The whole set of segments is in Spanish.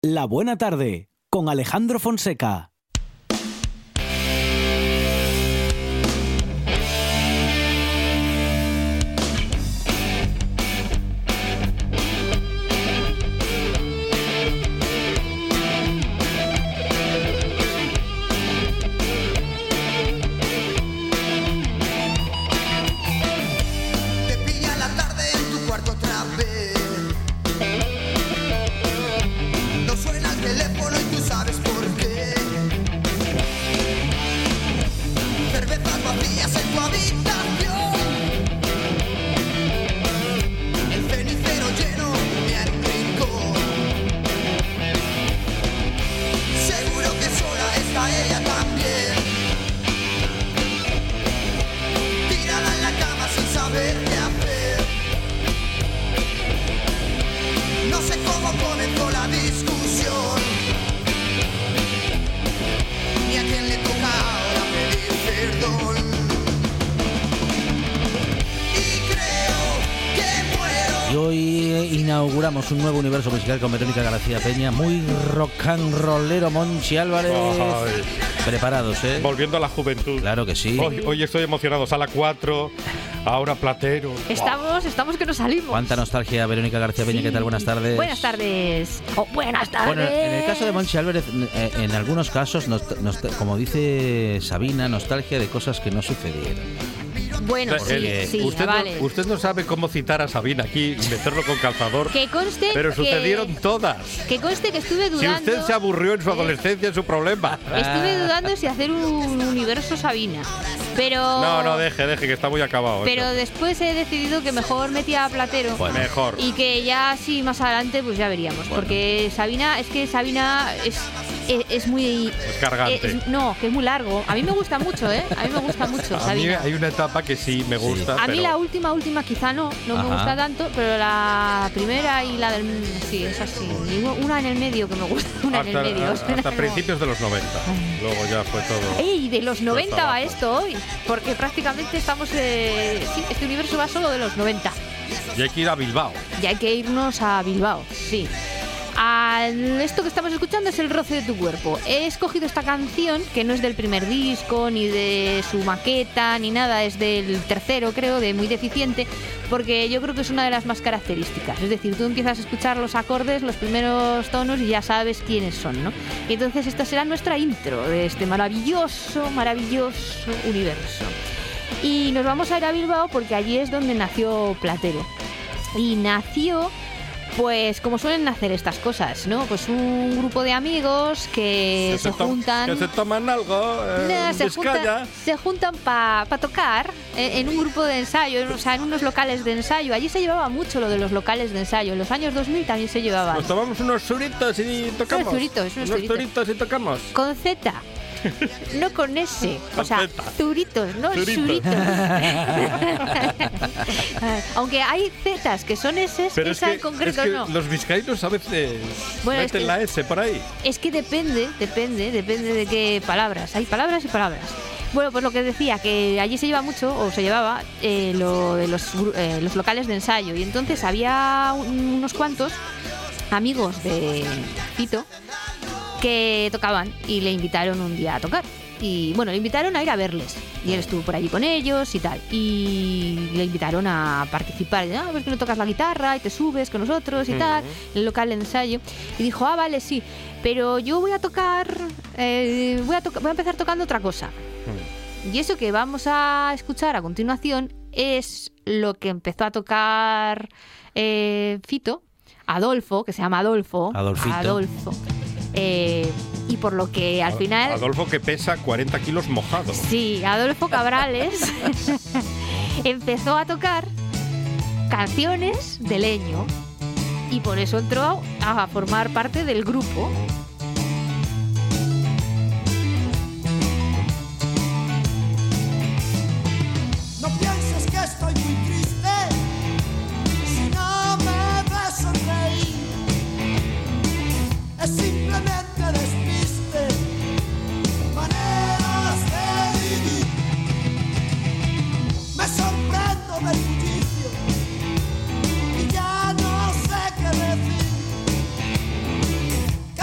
La Buena Tarde, con Alejandro Fonseca. Un nuevo universo musical con Verónica García Peña, muy rock and rollero. Monchi Álvarez. Ay. Preparados, ¿eh? Volviendo a la juventud. Claro que sí. Hoy estoy emocionado. Sala 4, ahora Platero. Estamos que no salimos. Cuánta nostalgia, Verónica García Peña. Sí. ¿Qué tal? Buenas tardes. Buenas tardes. Buenas tardes. Bueno, en el caso de Monchi Álvarez, en algunos casos, como dice Sabina, nostalgia de cosas que no sucedieron. Bueno, sí, usted no sabe cómo citar a Sabina aquí y meterlo con calzador. Que conste pero sucedieron todas. Que conste que estuve dudando. Si usted se aburrió en su adolescencia, es su problema. Estuve dudando si hacer un universo Sabina. Pero no, deje, que está muy acabado. Pero eso. Después he decidido que mejor metía a Platero. Bueno. Mejor. Y que ya sí, más adelante, pues ya veríamos. Bueno. Porque Sabina es muy... Es cargante. Que es muy largo. A mí me gusta mucho, ¿eh? A mí me gusta mucho, Sabina. A mí hay una etapa que sí me gusta. A mí la última quizá no me gusta tanto, pero la primera y la del... Sí, es así. Y una en el medio que me gusta, en el medio. Hasta principios de los 90. Luego ya fue todo... ¡Ey! De los 90 va esto hoy. Porque prácticamente estamos... sí, este universo va solo de los 90. Y hay que ir a Bilbao. Y hay que irnos a Bilbao, sí. Esto que estamos escuchando es El roce de tu cuerpo. He escogido esta canción, que no es del primer disco, ni de su maqueta, ni nada. Es del tercero, creo, de Muy Deficiente, porque yo creo que es una de las más características. Es decir, tú empiezas a escuchar los acordes, los primeros tonos y ya sabes quiénes son, ¿no? Y entonces esta será nuestra intro de este maravilloso universo. Y nos vamos a ir a Bilbao porque allí es donde nació Platero. Y nació... Pues como suelen hacer estas cosas, ¿no? Pues un grupo de amigos que se juntan... Que se toman algo, se juntan para tocar en un grupo de ensayo, o sea, en unos locales de ensayo. Allí se llevaba mucho lo de los locales de ensayo. En los años 2000 también se llevaba. Nos tomamos unos zuritos y tocamos. Unos zuritos y tocamos. Con Z. No con S, o sea, zuritos, no zuritos. Aunque hay Zetas que son S, pero esa en concreto no. Los vizcaínos a veces meten la S por ahí. Es que depende de qué palabras. Hay palabras y palabras. Bueno, pues lo que decía, que allí se lleva mucho, o se llevaba, lo de los locales de ensayo. Y entonces había unos cuantos amigos de Fito que tocaban y le invitaron un día a tocar. Y bueno, le invitaron a ir a verles. Y él estuvo por allí con ellos y tal. Y le invitaron a participar. Pues que no tocas la guitarra y te subes con nosotros y tal, en el local de ensayo. Y dijo, vale, sí, pero yo voy a tocar, voy a empezar tocando otra cosa. Y eso que vamos a escuchar a continuación es lo que empezó a tocar Fito, Adolfo, que se llama Adolfo. Adolfo. Y por lo que al final... Adolfo, que pesa 40 kilos mojados. Sí, Adolfo Cabrales empezó a tocar canciones de Leño y por eso entró a formar parte del grupo. No pienses que estoy muy triste si no me ves sonreír. Es simplemente despiste, maneras de vivir. Me sorprendo del bullicio y ya no sé qué decir.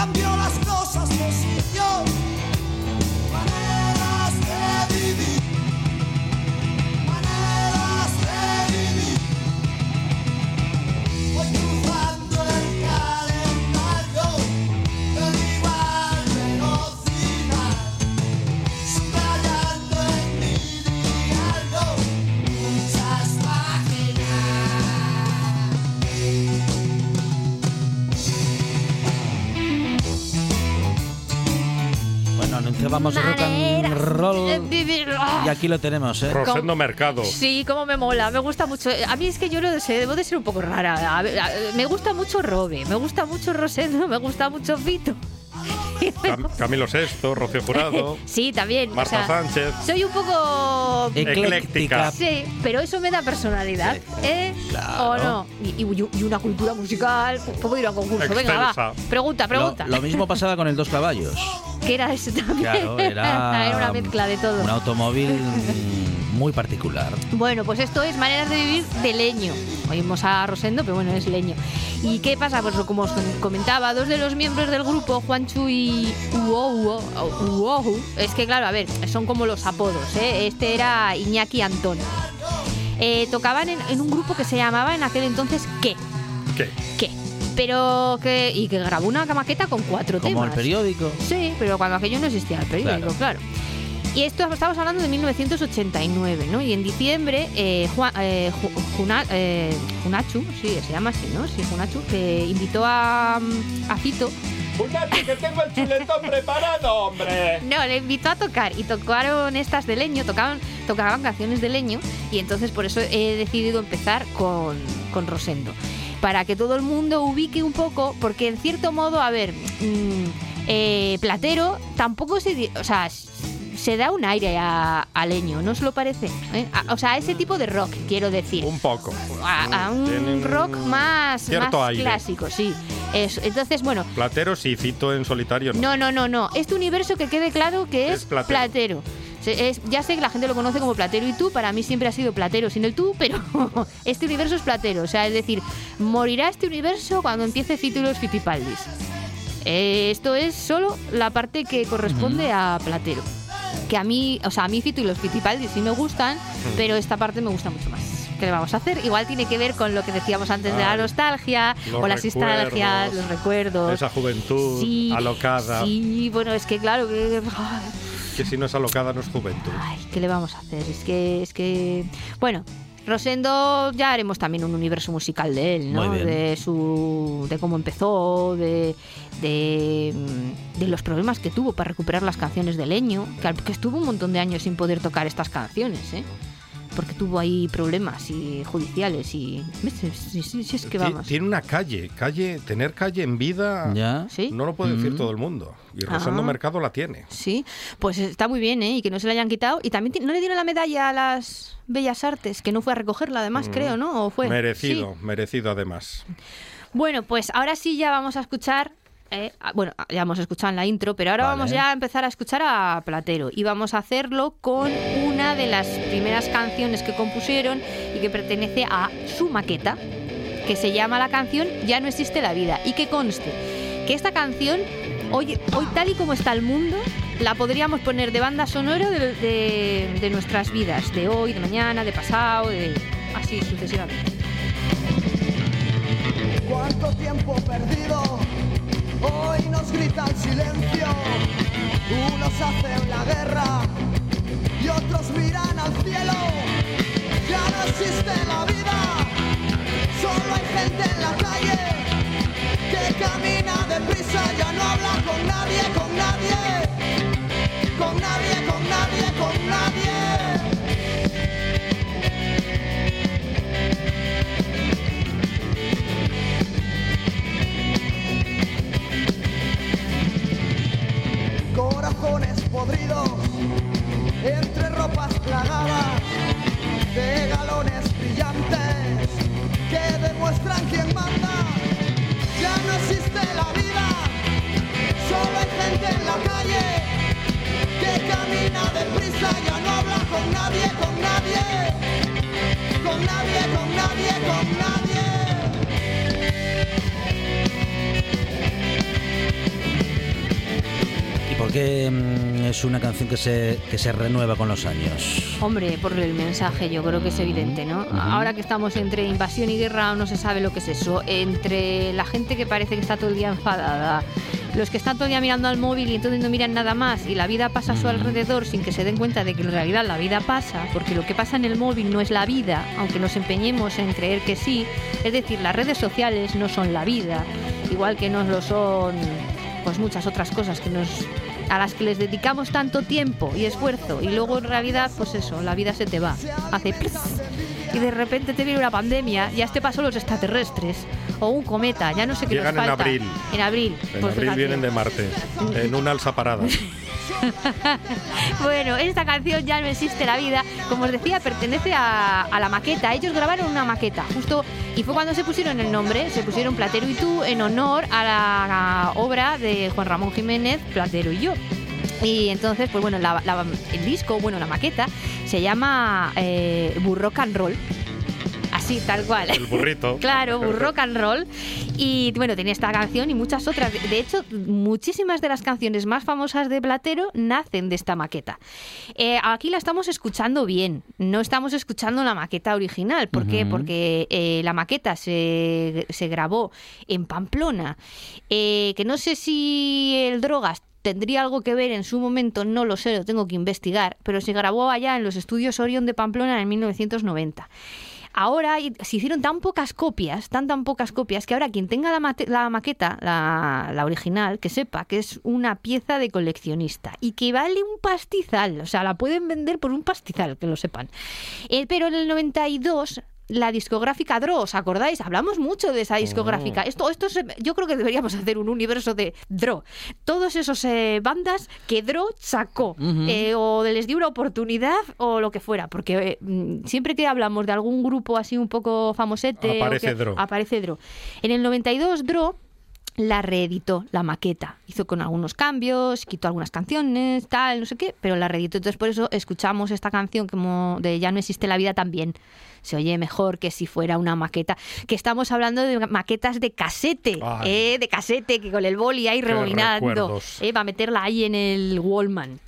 Anunciábamos rock and roll vivirlo. y aquí lo tenemos, ¿eh? Rosendo Mercado. Sí, cómo me mola, me gusta mucho. A mí es que yo no sé, debo de ser un poco rara. Me gusta mucho Robe, me gusta mucho Rosendo, me gusta mucho Fito. Camilo VI, Rocío Jurado. Sí, también. Marta Sánchez. Soy un poco... Ecléctica. Sí, pero eso me da personalidad, ¿eh? Claro. ¿O no? Y una cultura musical. ¿Cómo ir a un concurso? Venga, va. Extensa. Pregunta. Lo mismo pasaba con el Dos Caballos. ¿Qué era eso también? Claro, era una mezcla de todo. Un automóvil muy particular. Bueno, pues esto es Maneras de Vivir de Leño. Oímos a Rosendo, pero bueno, es Leño. ¿Y qué pasa? Pues como os comentaba, dos de los miembros del grupo, Juanchu y Uohu, es que claro, a ver, son como los apodos, ¿eh? Este era Iñaki Antón. Tocaban en un grupo que se llamaba en aquel entonces ¿Qué? Pero que grabó una maqueta con 4 temas. Como el periódico. Sí, pero cuando aquello no existía el periódico, claro. Y esto estamos hablando de 1989, ¿no? Y en diciembre, Junachu, sí, se llama así, ¿no? Sí, Junachu, que invitó a Fito. Junachu, que tengo el chuletón preparado, hombre. No, le invitó a tocar y tocaron estas de Leño, tocaban canciones de Leño, y entonces por eso he decidido empezar con Rosendo. Para que todo el mundo ubique un poco, porque en cierto modo, a ver, Platero tampoco se da un aire a Leño, ¿no os lo parece? O sea, a ese tipo de rock, quiero decir. Un poco. A un Tienen rock más aire. clásico, sí. Eso. Entonces, bueno. Platero sí, Fito en solitario no. No. Este universo que quede claro que es Platero. Ya sé que la gente lo conoce como Platero y Tú, para mí siempre ha sido Platero sin el Tú, pero este universo es Platero, o sea, es decir, morirá este universo cuando empiece Fito y los Fitipaldis. Esto es solo la parte que corresponde a Platero. Que a mí Fito y los Fitipaldis sí me gustan, pero esta parte me gusta mucho más. ¿Qué le vamos a hacer? Igual tiene que ver con lo que decíamos antes de la nostalgia, o las nostalgias, los recuerdos. Esa juventud alocada. Sí, bueno, es que claro que si no es alocada no es juventud. Ay, ¿qué le vamos a hacer? Es que... Bueno, Rosendo ya haremos también un universo musical de él, ¿no? De cómo empezó, de los problemas que tuvo para recuperar las canciones de Leño, que estuvo un montón de años sin poder tocar estas canciones, ¿eh? Porque tuvo ahí problemas judiciales y... Sí, es que vamos. Tiene una calle, tener calle en vida. ¿Ya? ¿Sí? No lo puede decir todo el mundo. Y Rosendo Mercado la tiene. Sí, pues está muy bien, ¿eh? Y que no se la hayan quitado. Y también no le dieron la medalla a las Bellas Artes, que no fue a recogerla además, creo, ¿no? ¿O fue? Merecido además. Bueno, pues ahora sí ya vamos a escuchar... bueno, ya hemos escuchado en la intro, pero ahora vamos ya a empezar a escuchar a Platero y vamos a hacerlo con una de las primeras canciones que compusieron y que pertenece a su maqueta, que se llama la canción Ya no existe la vida, y que conste que esta canción hoy tal y como está el mundo la podríamos poner de banda sonora de nuestras vidas, de hoy, de mañana, de pasado, así sucesivamente. ¿Cuánto tiempo perdido? Hoy nos grita el silencio. Unos hacen la guerra y otros miran al cielo. Ya no existe la vida, solo hay gente en la calle que camina deprisa, ya no habla con nadie, con nadie, con nadie, con nadie, con nadie. Corazones podridos, entre ropas plagadas de galones brillantes que demuestran quién manda. Ya no existe la vida, solo hay gente en la calle que camina deprisa, ya no habla con nadie, con nadie, con nadie, con nadie, con nadie. ¿Por qué es una canción que se renueva con los años? Hombre, por el mensaje yo creo que es evidente, ¿no? Ahora que estamos entre invasión y guerra, no se sabe lo que es eso. Entre la gente que parece que está todo el día enfadada, los que están todo el día mirando al móvil y entonces no miran nada más y la vida pasa a su alrededor sin que se den cuenta de que en realidad la vida pasa, porque lo que pasa en el móvil no es la vida, aunque nos empeñemos en creer que sí. Es decir, las redes sociales no son la vida, igual que no lo son pues muchas otras cosas a las que les dedicamos tanto tiempo y esfuerzo, y luego en realidad, pues eso, la vida se te va, hace ¡plis! Y de repente te viene una pandemia, ya te pasó los extraterrestres, o un cometa, ya no sé qué Llegan nos falta. en abril. En pues abril fíjate. vienen de Marte, en una alza parada. Bueno, esta canción, Ya no existe la vida, como os decía, pertenece a la maqueta. Ellos grabaron una maqueta justo, y fue cuando se pusieron el nombre, se pusieron Platero y tú, en honor a la obra de Juan Ramón Jiménez, Platero y yo. Y entonces, pues bueno, el disco, bueno, la maqueta, se llama Burrock and Roll. Así, tal cual. El burrito. Claro, Burrock and Roll. Y bueno, tenía esta canción y muchas otras. De hecho, muchísimas de las canciones más famosas de Platero nacen de esta maqueta. Aquí la estamos escuchando bien, no estamos escuchando la maqueta original. ¿Por qué? Porque la maqueta se grabó en Pamplona, que no sé si el Drogas tendría algo que ver en su momento, no lo sé, lo tengo que investigar, pero se grabó allá en los estudios Orion de Pamplona en 1990. Ahora se hicieron tan pocas copias, tan pocas copias, que ahora quien tenga la maqueta, la original, que sepa que es una pieza de coleccionista y que vale un pastizal, o sea, la pueden vender por un pastizal, que lo sepan. Pero en el 92... la discográfica Dro, ¿os acordáis? Hablamos mucho de esa discográfica. Yo creo que deberíamos hacer un universo de Dro. Todos esos bandas que Dro sacó, o les dio una oportunidad o lo que fuera, porque siempre que hablamos de algún grupo así un poco famosete, aparece Dro. En el 92 Dro la reeditó, la maqueta. Hizo con algunos cambios, quitó algunas canciones, tal, no sé qué, pero la reeditó. Entonces por eso escuchamos esta canción como de Ya no existe la vida también. Se oye mejor que si fuera una maqueta. Que estamos hablando de maquetas de casete, de casete, que con el boli ahí rebobinando, para meterla ahí en el Wallman.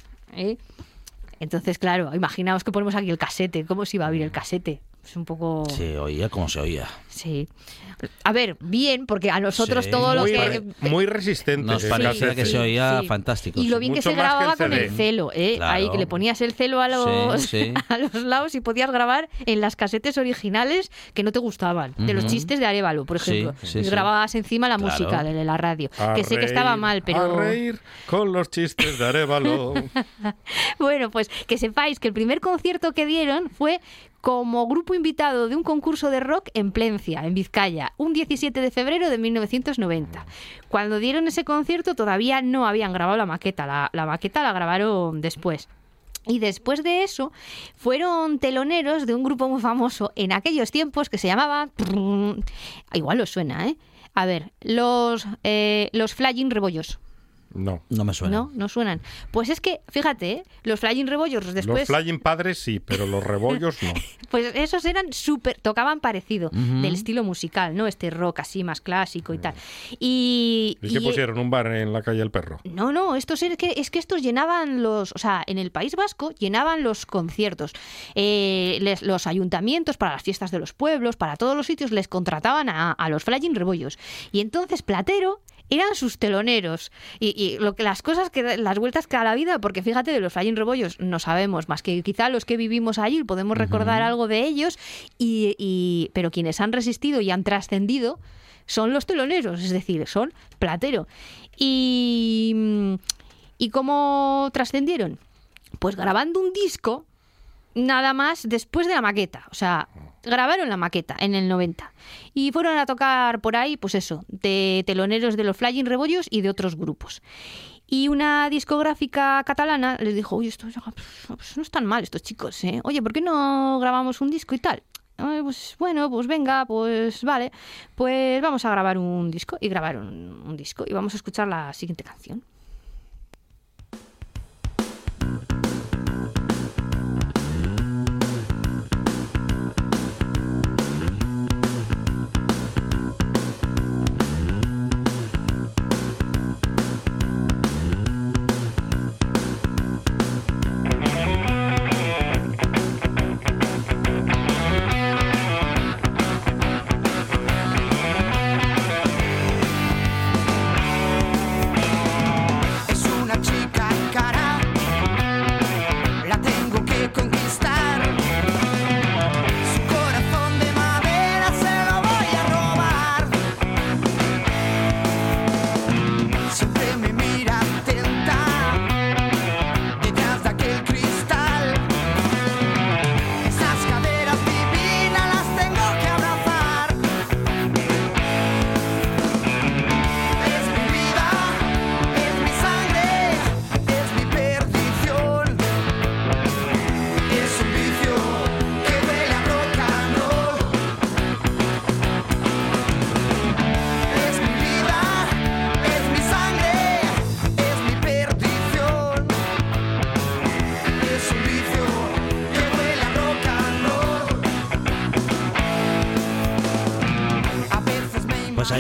Entonces, claro, imaginaos que ponemos aquí el casete. ¿Cómo se iba a oír el casete? Es un poco... Se oía como se oía. Sí. A ver, bien, porque a nosotros todo lo que... Muy resistente. Nos parecía que se oía fantástico. Y lo bien que se grababa con el celo, Claro. Ahí que le ponías el celo a los lados y podías grabar en las casetes originales que no te gustaban. De los chistes de Arévalo, por ejemplo. Y grababas encima la música de la radio. Que sé que estaba mal, pero... A reír con los chistes de Arévalo. Bueno, pues que sepáis que el primer concierto que dieron fue como grupo invitado de un concurso de rock en Plencia, en Vizcaya, un 17 de febrero de 1990. Cuando dieron ese concierto todavía no habían grabado la maqueta, la maqueta la grabaron después. Y después de eso fueron teloneros de un grupo muy famoso en aquellos tiempos que se llamaba... Igual os suena, A ver, los Flying Rebollos. No me suenan. No suenan. Pues es que, fíjate, los Flying Rebollos después... Los Flying Padres sí, pero los Rebollos no. Pues esos eran tocaban parecido, del estilo musical, ¿no? Este rock así más clásico y tal. ¿Y qué pusieron? ¿Un bar en la calle El Perro? No, estos es que estos llenaban o sea, en el País Vasco llenaban los conciertos. Los ayuntamientos, para las fiestas de los pueblos, para todos los sitios, les contrataban a los Flying Rebollos. Y entonces Platero eran sus teloneros. Y las vueltas que da la vida, porque fíjate, de los Flying Rebollos no sabemos más que quizá los que vivimos allí podemos recordar algo de ellos, pero quienes han resistido y han trascendido son los teloneros, es decir, son Platero. ¿Y cómo trascendieron? Pues grabando un disco nada más después de la maqueta. O sea, grabaron la maqueta en el 90 y fueron a tocar por ahí, pues eso, de teloneros de los Flying Rebollos y de otros grupos. Y una discográfica catalana les dijo, oye, estos pues no están mal estos chicos, ¿eh? Oye, ¿por qué no grabamos un disco y tal? Pues bueno, pues venga, pues vale, pues vamos a grabar un disco. Y grabaron un disco y vamos a escuchar la siguiente canción.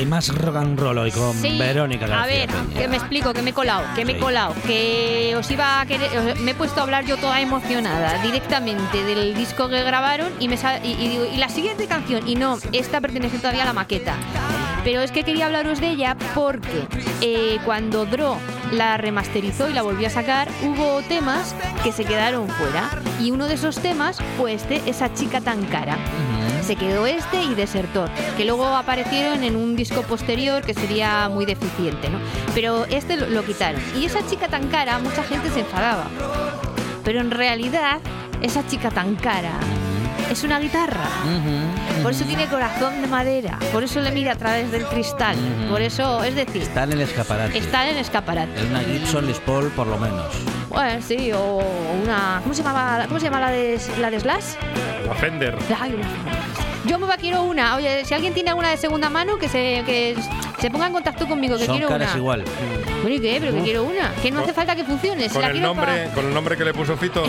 Hay más rock and roll hoy con Sí, Verónica García. a ver, Peña. que me explico, que me he colado, Sí. que os iba a querer, me he puesto a hablar yo toda emocionada directamente del disco que grabaron y digo, y la siguiente canción, y no, esta pertenece todavía a la maqueta. Pero es que quería hablaros de ella porque cuando Dro la remasterizó y la volvió a sacar, hubo temas que se quedaron fuera. Y uno de esos temas fue Esa chica tan cara. Se quedó y Desertor, que luego aparecieron en un disco posterior que sería muy deficiente, ¿no? Pero lo quitaron. Y Esa chica tan cara, mucha gente se enfadaba. Pero en realidad, Esa chica tan cara es una guitarra. Por eso tiene corazón de madera. Por eso le mira a través del cristal. Por eso, es decir, Está en el escaparate. está en el escaparate. En una Gibson Les Paul, por lo menos. Bueno, sí, o una... ¿Cómo se llama la de Slash? La Fender. Ay, yo me quiero una. Oye, si alguien tiene alguna de segunda mano, que se ponga en contacto conmigo, que Son quiero caras una. igual. Bueno, ¿y qué? Pero que quiero una. Que no hace falta que funcione. Si Con la el quiero nombre que le puso Fito.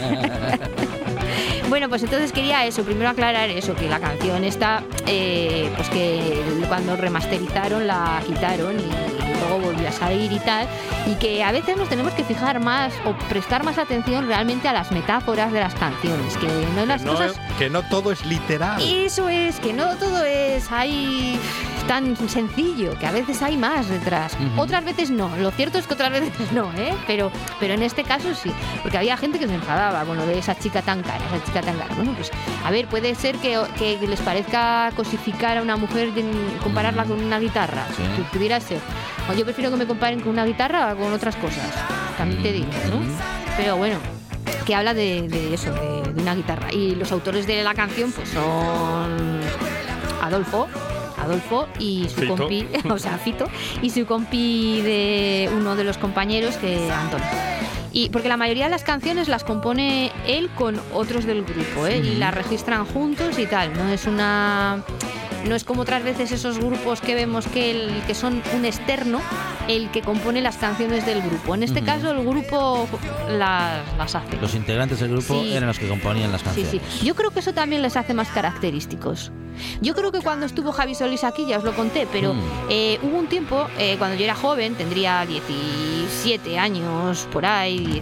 Bueno, pues entonces quería primero aclarar eso, que la canción esta, pues que cuando remasterizaron la quitaron y luego volvió a salir y tal, y que a veces nos tenemos que fijar más o prestar más atención realmente a las metáforas de las canciones, que no las cosas... Que no todo es literal. Eso es, que no todo es ahí tan sencillo, que a veces hay más detrás. Otras veces no, lo cierto es que otras veces no, ¿eh? Pero en este caso sí, porque había gente que se enfadaba con lo de esa chica tan cara, Bueno, pues a ver, puede ser que les parezca cosificar a una mujer, compararla con una guitarra, que pudiera ser. O yo prefiero que me comparen con una guitarra o con otras cosas, también te digo, ¿no? Pero bueno, que habla de eso, de una guitarra. Y los autores de la canción pues son Adolfo y su Fito. compi, o sea, Fito, y su compi de uno de los compañeros, que Antonio. Y porque la mayoría de las canciones las compone él con otros del grupo, ¿eh? Y las registran juntos y tal. No es como otras veces esos grupos que vemos que son un externo el que compone las canciones del grupo. En este caso el grupo las hace. Los integrantes del grupo Sí. eran los que componían las canciones. Sí. Yo creo que eso también les hace más característicos. Yo creo que cuando estuvo Javi Solís aquí, ya os lo conté, pero hubo un tiempo, cuando yo era joven, tendría 17 años, por ahí,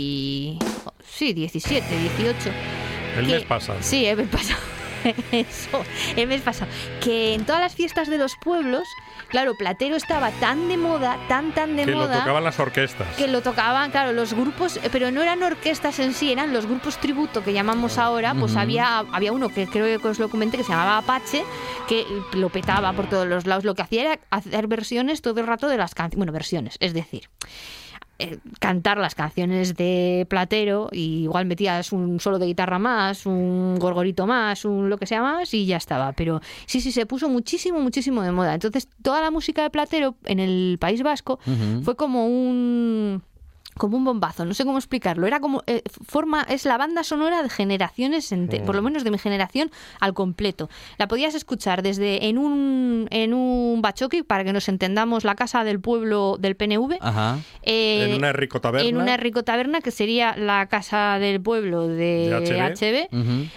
17, 18. El mes pasado. Sí, el mes pasado. Eso, el mes pasado. Que en todas las fiestas de los pueblos, claro, Platero estaba tan de moda, tan de Que moda. lo tocaban las orquestas. Que lo tocaban, claro, los grupos, pero no eran orquestas en sí, eran los grupos tributo que llamamos ahora. Pues había uno que creo que os lo comenté, que se llamaba Apache, que lo petaba por todos los lados. Lo que hacía era hacer versiones todo el rato de las canciones. Bueno, versiones, es decir, cantar las canciones de Platero, y igual metías un solo de guitarra más, un gorgorito más, un lo que sea más, y ya estaba. Pero sí, se puso muchísimo de moda. Entonces toda la música de Platero en el País Vasco fue como un bombazo, no sé cómo explicarlo. Era como es la banda sonora de generaciones, por lo menos de mi generación al completo. La podías escuchar desde en un bachoqui, para que nos entendamos, la casa del pueblo del PNV. Ajá. En una ricotaberna. En una ricotaberna, que sería la casa del pueblo de HB.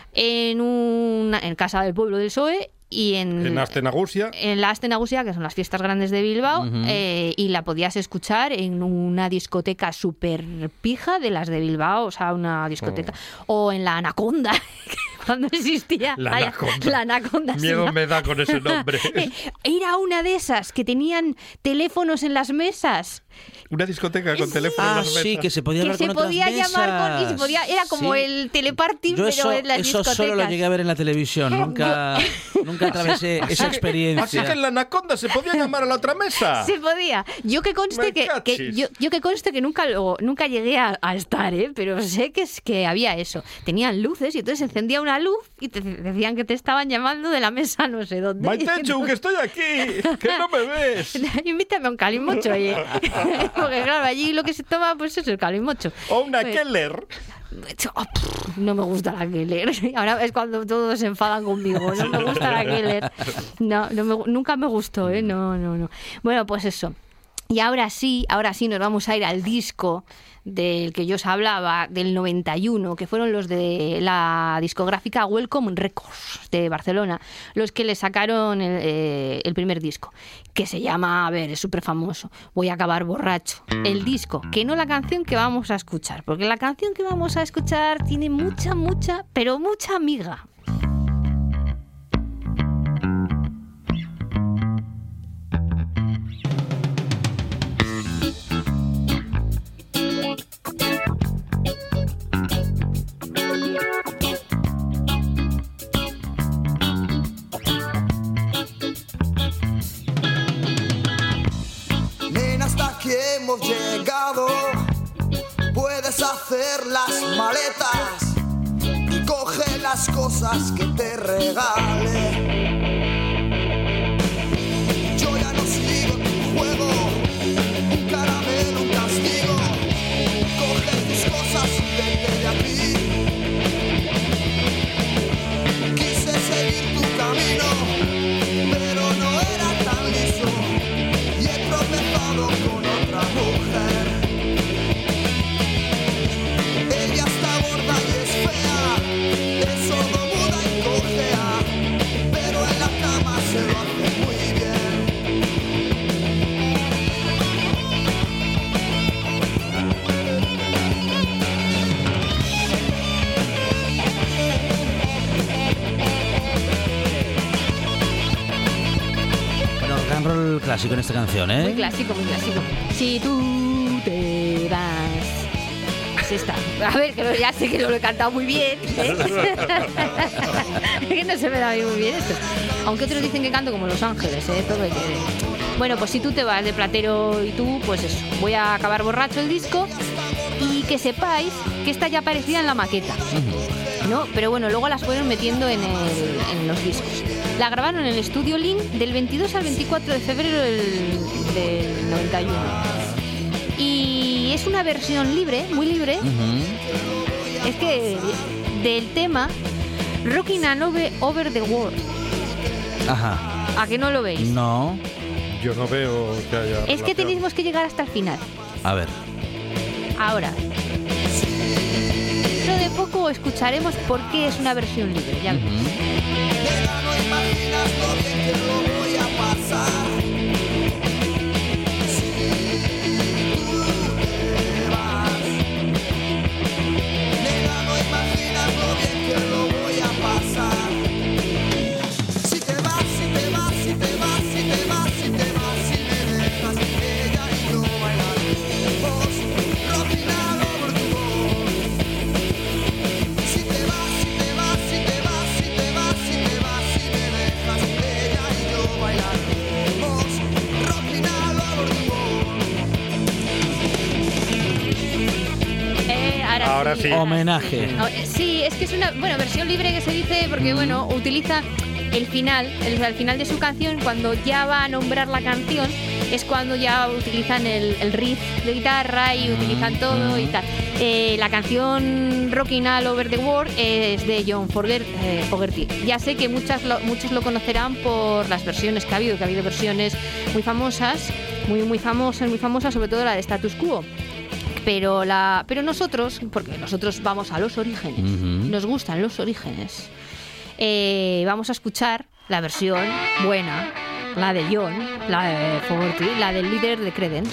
En casa del pueblo del PSOE. Y en Astenagusia. En la Astenagusia, que son las fiestas grandes de Bilbao, y la podías escuchar en una discoteca súper pija de las de Bilbao, o sea, una discoteca. O en la Anaconda, cuando existía. La Anaconda. La Anaconda. Miedo ¿no? me da con ese nombre. Era una de esas que tenían teléfonos en las mesas. Una discoteca con teléfono en las mesas. Sí, que se podía Que hablar se con otras podía mesas. llamar era como Sí. el teleparty, Yo pero en las eso discotecas. solo lo llegué a ver en la televisión. Nunca atravesé esa experiencia. Así que en la Anaconda se podía llamar a la otra mesa. Se podía. Yo que conste Me que cachis. yo que conste que nunca llegué a estar, pero sé que había eso. Tenían luces y entonces encendía una luz y te decían que te estaban llamando de la mesa no sé dónde. Maitechu, que estoy aquí, que no me ves. Invítame a un calimocho, oye. Porque claro, allí lo que se toma pues es el calimocho. O una Pues- Keller. No me gusta la Keller. Ahora es cuando todos se enfadan conmigo. No me gusta la Keller. Nunca me gustó, No. Bueno, pues eso. Y ahora sí nos vamos a ir al disco del que yo os hablaba, del 91, que fueron los de la discográfica Welcome Records de Barcelona, los que le sacaron el primer disco, que se llama, a ver, es súper famoso, Voy a acabar borracho. El disco, que no la canción que vamos a escuchar, porque la canción que vamos a escuchar tiene mucha, pero mucha miga. Hemos llegado, puedes hacer las maletas y coge las cosas que te regale. Yo ya no sigo tu juego, un caramelo, un castigo. Coge tus cosas y vete de aquí. Quise seguir tu camino, pero no era tan liso y he tropezado con otra mujer. Ella está gorda y es fea, es sordomuda y cojea, pero en la cama se lo hace muy bien. Bueno, rock and roll clásico en esta canción, ¿eh? Muy clásico, muy clásico. Si tú te vas... Así está. A ver, que ya sé que lo he cantado muy bien, ¿eh? Es que no se me da a mí muy bien esto. Aunque otros dicen que canto como Los Ángeles, ¿eh? Todo hay que... Bueno, pues si tú te vas de Platero y tú, pues eso. Voy a acabar borracho el disco y que sepáis que esta ya aparecía en la maqueta, ¿no? Pero bueno, luego las fueron metiendo en los discos. La grabaron en el estudio Link del 22 al 24 de febrero del 91. Y es una versión libre, muy libre. Es que del tema Rocking and Over the World. Ajá. ¿A que no lo veis? No. Yo no veo que haya Es que relación. tenemos que llegar hasta el final. A ver. Ahora, dentro de poco escucharemos por qué es una versión libre. Ya veréis. Nena, no imaginas lo bien que lo voy a pasar. Si tú te vas. Nena, no imaginas lo bien que lo voy a pasar. Si te vas, si te vas, si te vas, si te vas, si te vas, si me dejas, ella y yo bailaremos rocking all over the world. Si te vas, si te vas, si te vas, si te vas, si te vas, si me dejas, ella y yo bailaremos rocking all over the world. Ahora sí. Homenaje. Sí, es que es una versión libre que se dice porque bueno, utiliza el final, al final de su canción, cuando ya va a nombrar la canción, es cuando ya utilizan el riff de guitarra y utilizan todo y tal. La canción Rocking All Over the World es de John Fogerty. Ya sé que muchos lo conocerán por las versiones que ha habido versiones muy famosas, muy famosas, sobre todo la de Status Quo. Pero nosotros, porque nosotros vamos a los orígenes, nos gustan los orígenes, vamos a escuchar la versión buena, la de John, la de Fogerty, la del líder de Creedence.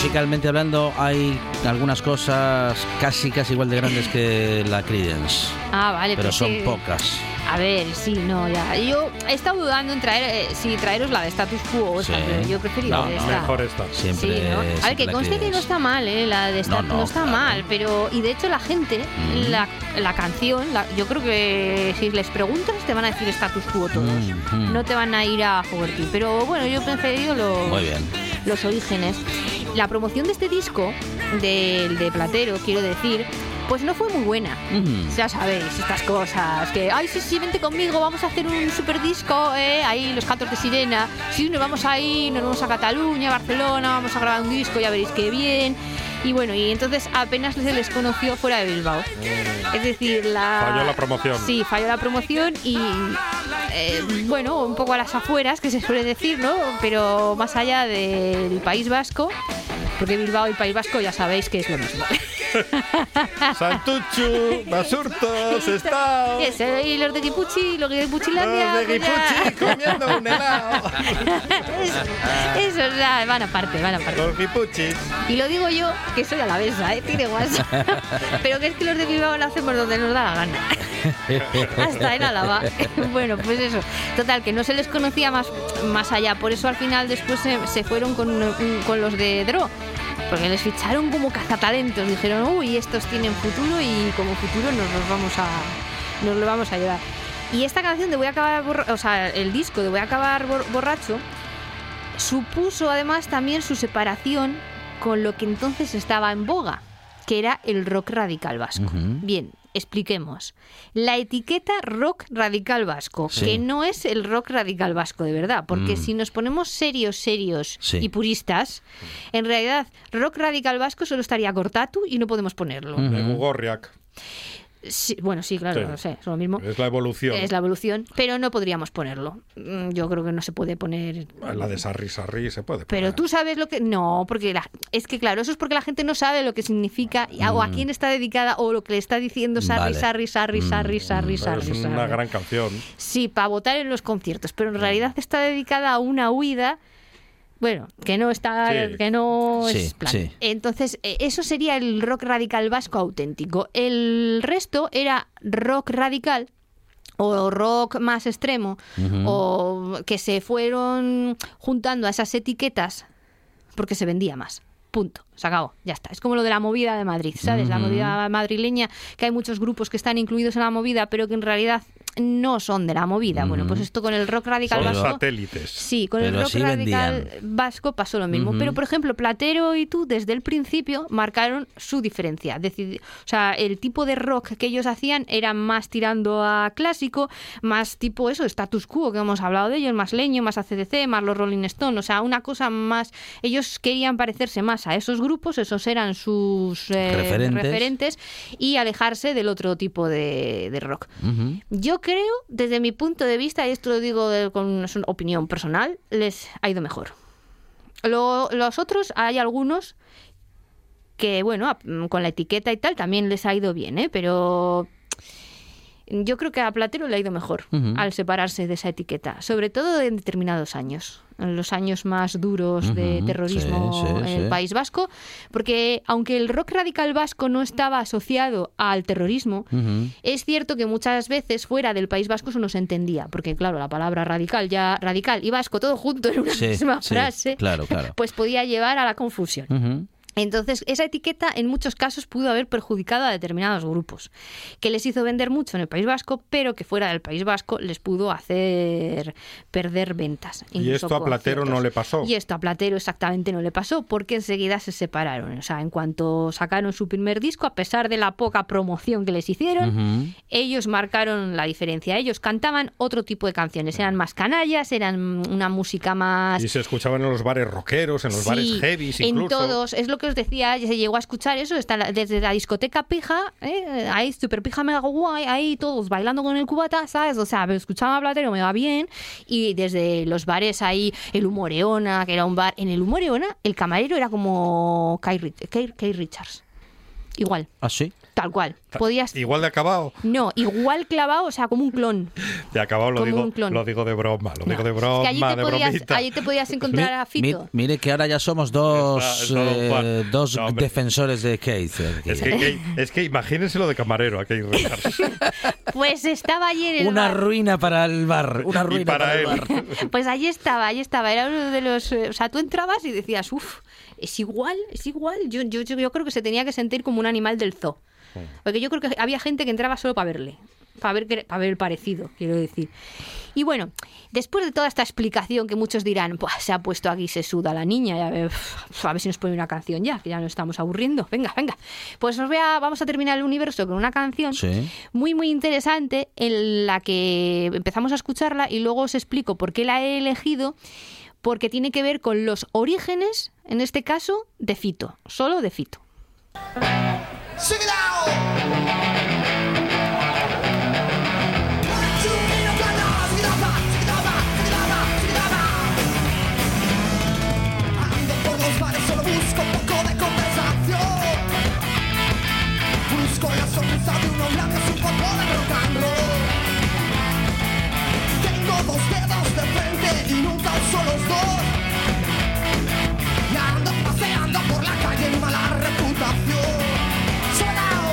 musicalmente hablando, hay algunas cosas casi igual de grandes que la Creedence. Ah, vale. Pero pues son sí. pocas. A ver, sí, no, ya. Yo he estado dudando en traeros la de Status Quo. O sea, Sí. pero yo he preferido No, esta. mejor esta. Siempre. Sí, ¿no? A ver, siempre que la conste que no Creedence. está mal, la de Status no está claro. mal, pero y de hecho la gente, la canción, yo creo que si les preguntas te van a decir Status Quo todos, no te van a ir a Fogerty, pero bueno, yo he preferido Muy bien. los orígenes. La promoción de este disco, de Platero, quiero decir, pues no fue muy buena. Ya sabéis, estas cosas que, ay, sí, vente conmigo, vamos a hacer un super disco, ahí los cantos de sirena, sí, nos vamos ahí, nos vamos a Cataluña, Barcelona, vamos a grabar un disco, ya veréis qué bien. Y bueno, y entonces apenas se les conoció fuera de Bilbao. Es decir, Falló la promoción. Sí, falló la promoción y, bueno, un poco a las afueras, que se suele decir, ¿no? Pero más allá del País Vasco, porque Bilbao y el País Vasco ya sabéis que es lo mismo. Santuchu, Basurto, Sestao. Y los de Guipuchi, los de Guipuchilandia. Los de Guipuchi comiendo un helado. Eso ya van aparte. Los Guipuchis. Y lo digo yo, que soy alavesa, tiene más. Pero que es que los de Bilbao lo hacemos donde nos da la gana. Hasta en Álava. Bueno, pues eso. Total, que no se les conocía más allá. Por eso al final después se fueron con los de Dro. Porque les ficharon como cazatalentos. Dijeron, uy, estos tienen futuro y como futuro nos lo vamos a llevar. Y esta canción de Voy a acabar el disco de Voy a acabar borracho supuso además también su separación con lo que entonces estaba en boga, que era el rock radical vasco. Bien, expliquemos. La etiqueta rock radical vasco, Sí. que no es el rock radical vasco de verdad, porque si nos ponemos serios Sí. y puristas, en realidad rock radical vasco solo estaría Cortatu y no podemos ponerlo. De Gugorriak. Sí, bueno, sí, claro, Sí. no sé, es lo mismo. Es la evolución. Es la evolución, pero no podríamos ponerlo. Yo creo que no se puede poner. La de Sarri Sarri se puede poner. Pero tú sabes lo que... No, porque es que claro, eso es porque la gente no sabe lo que significa o a quién está dedicada o lo que le está diciendo Sarri, Vale. Sarri, Sarri, Sarri, Sarri, Es Sarri, una Sarri. gran canción. Sí, para votar en los conciertos, pero en realidad está dedicada a una huida. Bueno, que no está, Sí. que no Sí, es plan. sí. Entonces, eso sería el rock radical vasco auténtico. El resto era rock radical o rock más extremo, o que se fueron juntando a esas etiquetas porque se vendía más. Punto. Se acabó. Ya está. Es como lo de la movida de Madrid, ¿sabes? La movida madrileña, que hay muchos grupos que están incluidos en la movida, pero que en realidad no son de la movida. Bueno, pues esto con el rock radical Son vasco... satélites. Sí, con Pero el rock sí radical vendían. vasco pasó lo mismo. Pero, por ejemplo, Platero y tú, desde el principio, marcaron su diferencia. O sea, el tipo de rock que ellos hacían era más tirando a clásico, más tipo eso, Status Quo, que hemos hablado de ellos, más Leño, más AC/DC, más los Rolling Stones. O sea, una cosa más... Ellos querían parecerse más a esos grupos, esos eran sus referentes, y alejarse del otro tipo de rock. Yo creo, desde mi punto de vista, y esto lo digo con una opinión personal, les ha ido mejor. Los otros, hay algunos que, bueno, con la etiqueta y tal, también les ha ido bien, pero yo creo que a Platero le ha ido mejor al separarse de esa etiqueta, sobre todo en determinados años, en los años más duros de terrorismo en el País Vasco, porque aunque el rock radical vasco no estaba asociado al terrorismo, es cierto que muchas veces fuera del País Vasco eso no se entendía, porque claro, la palabra radical y vasco todo junto en una misma frase, claro. pues podía llevar a la confusión. Entonces, esa etiqueta en muchos casos pudo haber perjudicado a determinados grupos, que les hizo vender mucho en el País Vasco, pero que fuera del País Vasco les pudo hacer perder ventas. Y esto a Platero no le pasó. Y esto a Platero exactamente no le pasó, porque enseguida se separaron. O sea, en cuanto sacaron su primer disco, a pesar de la poca promoción que les hicieron, ellos marcaron la diferencia. Ellos cantaban otro tipo de canciones, eran más canallas, eran una música más... Y se escuchaban en los bares rockeros, en los bares heavies incluso. En todos, es lo que os decía, se llegó a escuchar eso, desde la discoteca pija, ahí super pija mega guay, ahí todos bailando con el cubata, ¿sabes? O sea, me escuchaba a Platero, me va bien, y desde los bares ahí, el Humoreona, que era un bar, en el Humoreona el camarero era como Kay Richards. igual. ¿Ah, sí? Tal cual. Podías... Igual de acabado. No, igual clavado, o sea, como un clon. De acabado lo Como digo, un clon. lo digo de broma, lo No. digo de Es broma, que allí bromita. allí te podías encontrar a Fito. Mire que ahora ya somos dos, Está don Juan. dos No, hombre. defensores de Keith. Es que imagínense lo de camarero, aquí en Richards. Pues estaba allí en el Una bar. ruina para el bar. Una ruina Y para el él. bar. Pues allí estaba. Era uno de los... o sea, tú entrabas y decías, es igual. Yo creo que se tenía que sentir como un animal del zoo. Porque yo creo que había gente que entraba solo para verle. Para ver el parecido, quiero decir. Y bueno, después de toda esta explicación que muchos dirán, pues se ha puesto aquí, se suda la niña, ya, a ver si nos pone una canción ya, que ya nos estamos aburriendo. Venga. Pues vamos a terminar el universo con una canción muy, muy interesante en la que empezamos a escucharla y luego os explico por qué la he elegido, porque tiene que ver con los orígenes, en este caso, de Fito, solo de Fito. Sing it out! Ando por los bares, solo busco un poco de conversación. Busco la sonrisa de unos labios, un poco de rock and roll. Tengo 2 dedos de frente y nunca uso los 2. Y ando paseando por la calle en mala reputación. Sonao,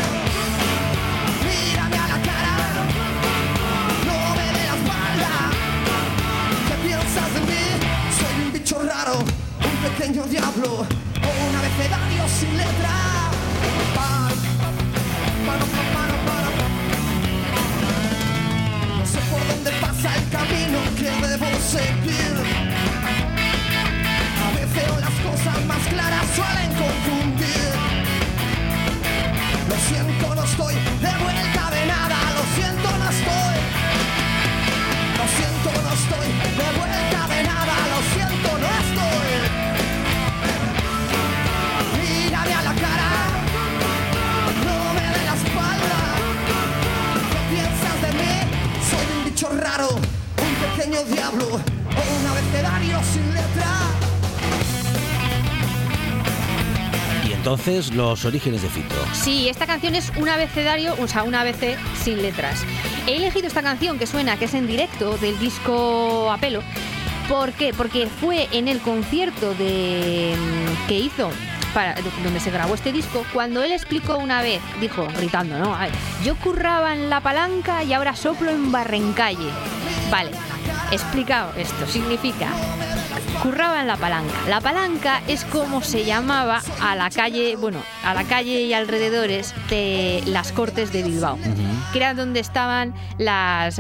mírame a la cara, no me dé la espalda. ¿Qué piensas de mí? Soy un bicho raro, un pequeño diablo, o un abecedario sin letra. No sé por dónde pasa el camino que debo seguir. A veces las cosas más claras suelen confundir. Lo siento, no estoy de vuelta de nada. Lo siento, no estoy. Lo siento, no estoy de vuelta de nada. Lo siento, no estoy. Mírame a la cara, no me dé la espalda. ¿Qué piensas de mí? Soy un bicho raro, un pequeño diablo, o un abecedario sin letra. Y entonces, los orígenes de Fito. Sí, esta canción es un abecedario, o sea, un ABC sin letras. He elegido esta canción que suena, que es en directo, del disco Apelo. ¿Por qué? Porque fue en el concierto que hizo, donde se grabó este disco, cuando él explicó una vez, dijo, gritando, ¿no? A ver, yo curraba en La Palanca y ahora soplo en Barrencalle. Vale, explicado esto, significa... Curraba en La Palanca. La Palanca es como se llamaba a la calle y alrededores de las Cortes de Bilbao, que era donde estaban las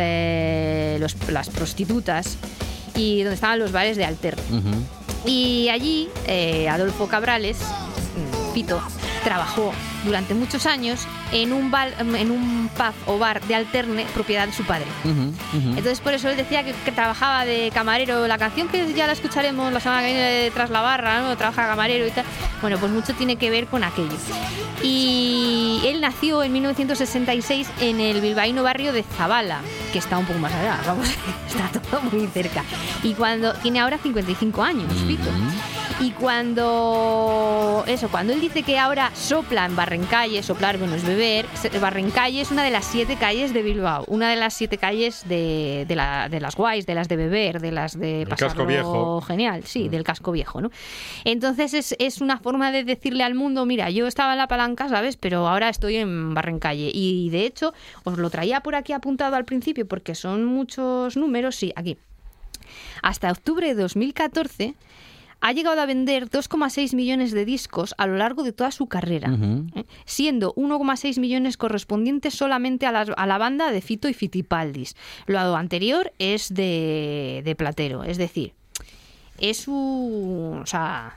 prostitutas y donde estaban los bares de alterne. Y allí Adolfo Cabrales, Fito, trabajó durante muchos años en un pub o bar de alterne propiedad de su padre. Entonces por eso él decía que trabajaba de camarero. La canción que ya la escucharemos la semana que viene de Tras la Barra, ¿no? Trabaja de camarero y tal. Bueno, pues mucho tiene que ver con aquello. Y él nació en 1966 en el bilbaíno barrio de Zabala, que está un poco más allá, vamos, está todo muy cerca. Y cuando tiene ahora 55 años, Fito. Y cuando él dice que ahora sopla en Barrencalle, soplar, bueno, es beber. Barrencalle es una de las 7 calles de Bilbao, una de las 7 calles de las guays, de las de beber, de las de pasarlo casco viejo. Genial, sí, del casco viejo, ¿no? Entonces es una forma de decirle al mundo, mira, yo estaba en La Palanca, ¿sabes? Pero ahora estoy en Barrencalle. Y de hecho, os lo traía por aquí apuntado al principio porque son muchos números, sí, aquí. Hasta octubre de 2014... ha llegado a vender 2,6 millones de discos a lo largo de toda su carrera, siendo 1,6 millones correspondientes solamente a la banda de Fito y Fitipaldis. Lo anterior es de Platero, es decir, es un... O sea,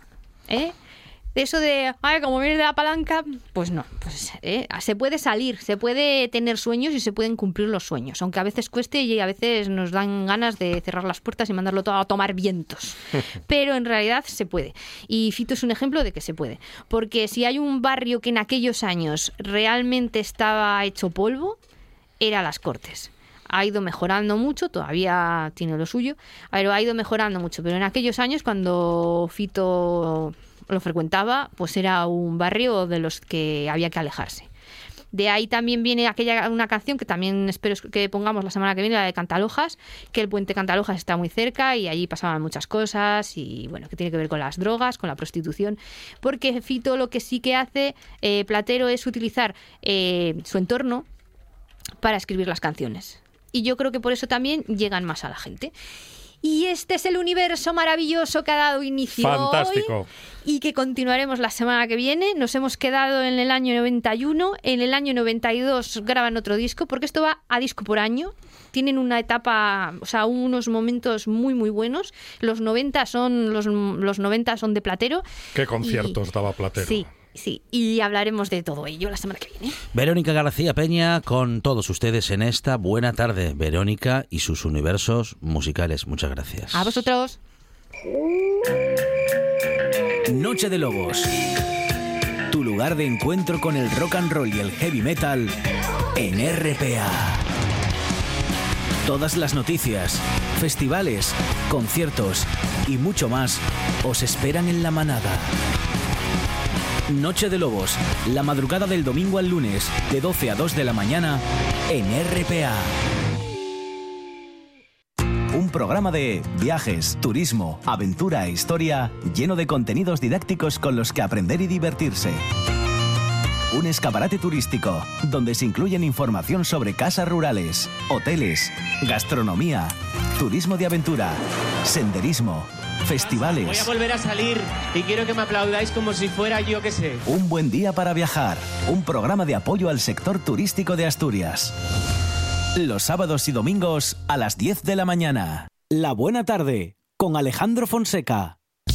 eso de, ay, como vienes de La Palanca, pues no, pues se puede salir, se puede tener sueños y se pueden cumplir los sueños, aunque a veces cueste y a veces nos dan ganas de cerrar las puertas y mandarlo todo a tomar vientos, pero en realidad se puede. Y Fito es un ejemplo de que se puede, porque si hay un barrio que en aquellos años realmente estaba hecho polvo, era Las Cortes. Ha ido mejorando mucho, todavía tiene lo suyo, pero ha ido mejorando mucho, pero en aquellos años cuando Fito lo frecuentaba, pues era un barrio de los que había que alejarse. De ahí también viene una canción que también espero que pongamos la semana que viene, la de Cantalojas, que el puente Cantalojas está muy cerca y allí pasaban muchas cosas y bueno, que tiene que ver con las drogas, con la prostitución, porque Fito lo que sí que hace, Platero, es utilizar su entorno para escribir las canciones. Y yo creo que por eso también llegan más a la gente. Y este es el universo maravilloso que ha dado inicio Fantástico. hoy y que continuaremos la semana que viene. Nos hemos quedado en el año 91, en el año 92 graban otro disco, porque esto va a disco por año. Tienen una etapa, o sea, unos momentos muy muy buenos. Los 90 son los 90 son de Platero. ¿Qué conciertos daba Platero? Sí, y hablaremos de todo ello la semana que viene. Verónica García Peña con todos ustedes en esta buena tarde. Verónica y sus universos musicales. Muchas gracias. A vosotros. Noche de Lobos. Tu lugar de encuentro con el rock and roll y el heavy metal en RPA. Todas las noticias, festivales, conciertos y mucho más os esperan en La Manada. Noche de Lobos, la madrugada del domingo al lunes, de 12 a 2 de la mañana, en RPA. Un programa de viajes, turismo, aventura e historia, lleno de contenidos didácticos con los que aprender y divertirse. Un escaparate turístico, donde se incluyen información sobre casas rurales, hoteles, gastronomía, turismo de aventura, senderismo, festivales. Voy a volver a salir y quiero que me aplaudáis como si fuera yo que sé. Un buen día para viajar. Un programa de apoyo al sector turístico de Asturias. Los sábados y domingos a las 10 de la mañana. La Buena Tarde con Alejandro Fonseca.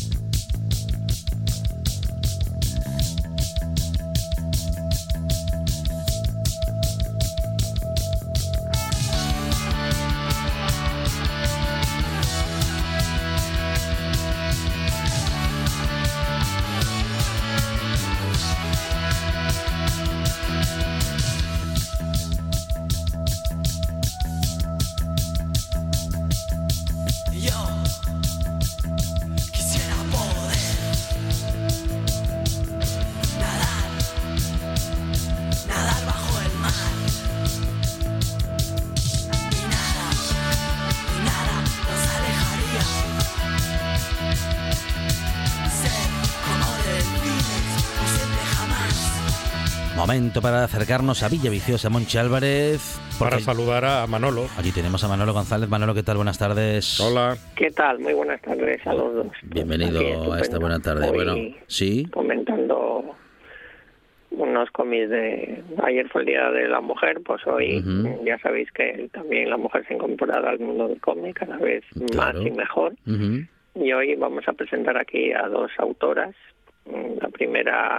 Momento para acercarnos a Villaviciosa, Monchi Álvarez. Para saludar a Manolo. Allí tenemos a Manolo González. Manolo, ¿qué tal? Buenas tardes. Hola. ¿Qué tal? Muy buenas tardes a los dos. Bienvenido a esta buena tarde. Hoy bueno, sí. Comentando unos cómics de... Ayer fue el Día de la Mujer, pues hoy ya sabéis que también la mujer se ha incorporado al mundo del cómic cada vez más y mejor. Y hoy vamos a presentar aquí a dos autoras. La primera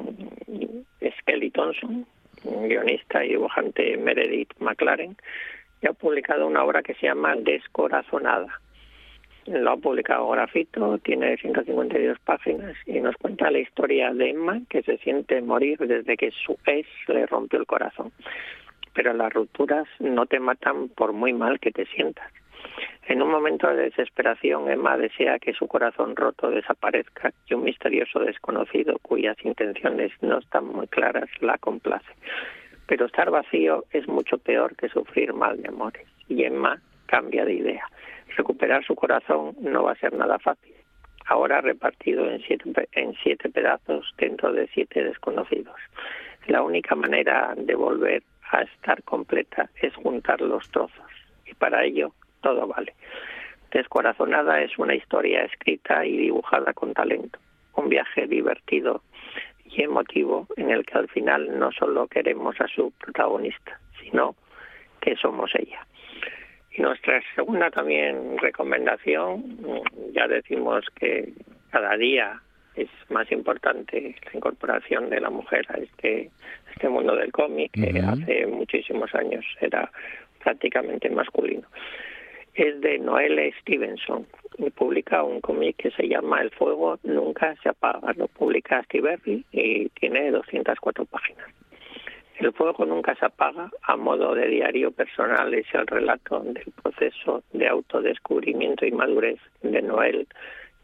es Kelly Thompson, guionista y dibujante Meredith McLaren, y ha publicado una obra que se llama Descorazonada. Lo ha publicado Grafito, tiene 152 páginas y nos cuenta la historia de Emma, que se siente morir desde que su ex le rompió el corazón. Pero las rupturas no te matan por muy mal que te sientas. En un momento de desesperación, Emma desea que su corazón roto desaparezca y un misterioso desconocido, cuyas intenciones no están muy claras, la complace. Pero estar vacío es mucho peor que sufrir mal de amores. Y Emma cambia de idea. Recuperar su corazón no va a ser nada fácil. Ahora repartido en siete pedazos dentro de 7 desconocidos. La única manera de volver a estar completa es juntar los trozos. Y para ello, todo vale. Descorazonada es una historia escrita y dibujada con talento. Un viaje divertido y emotivo en el que al final no solo queremos a su protagonista, sino que somos ella. Y nuestra segunda también recomendación, ya decimos que cada día es más importante la incorporación de la mujer a este mundo del cómic, que hace muchísimos años era prácticamente masculino. Es de Noelle Stevenson y publica un cómic que se llama El fuego nunca se apaga. Lo publica Stiberry y tiene 204 páginas. El fuego nunca se apaga, a modo de diario personal, es el relato del proceso de autodescubrimiento y madurez de Noelle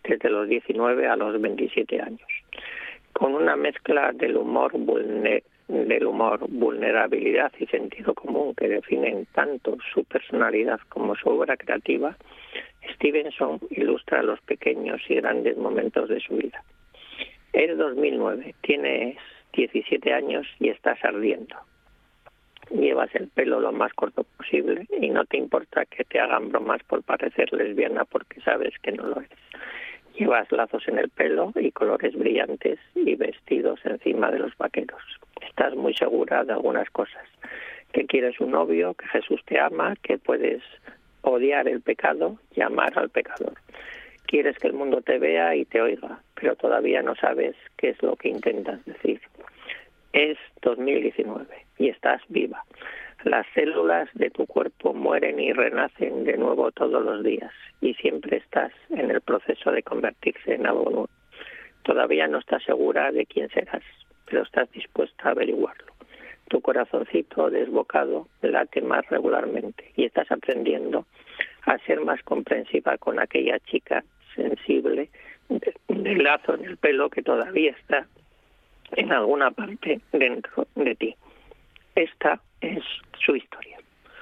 desde los 19 a los 27 años, con una mezcla del humor, vulnerabilidad y sentido común que definen tanto su personalidad como su obra creativa. Stevenson ilustra los pequeños y grandes momentos de su vida. Es 2009, tienes 17 años y estás ardiendo. Llevas el pelo lo más corto posible y no te importa que te hagan bromas por parecer lesbiana porque sabes que no lo eres. Llevas lazos en el pelo y colores brillantes y vestidos encima de los vaqueros. Estás muy segura de algunas cosas, que quieres un novio, que Jesús te ama, que puedes odiar el pecado y amar al pecador. Quieres que el mundo te vea y te oiga, pero todavía no sabes qué es lo que intentas decir. Es 2019 y estás viva. Las células de tu cuerpo mueren y renacen de nuevo todos los días y siempre estás en el proceso de convertirse en algo nuevo. Todavía no estás segura de quién serás, pero estás dispuesta a averiguarlo. Tu corazoncito desbocado late más regularmente y estás aprendiendo a ser más comprensiva con aquella chica sensible del lazo en el pelo que todavía está en alguna parte dentro de ti. Esta es su historia.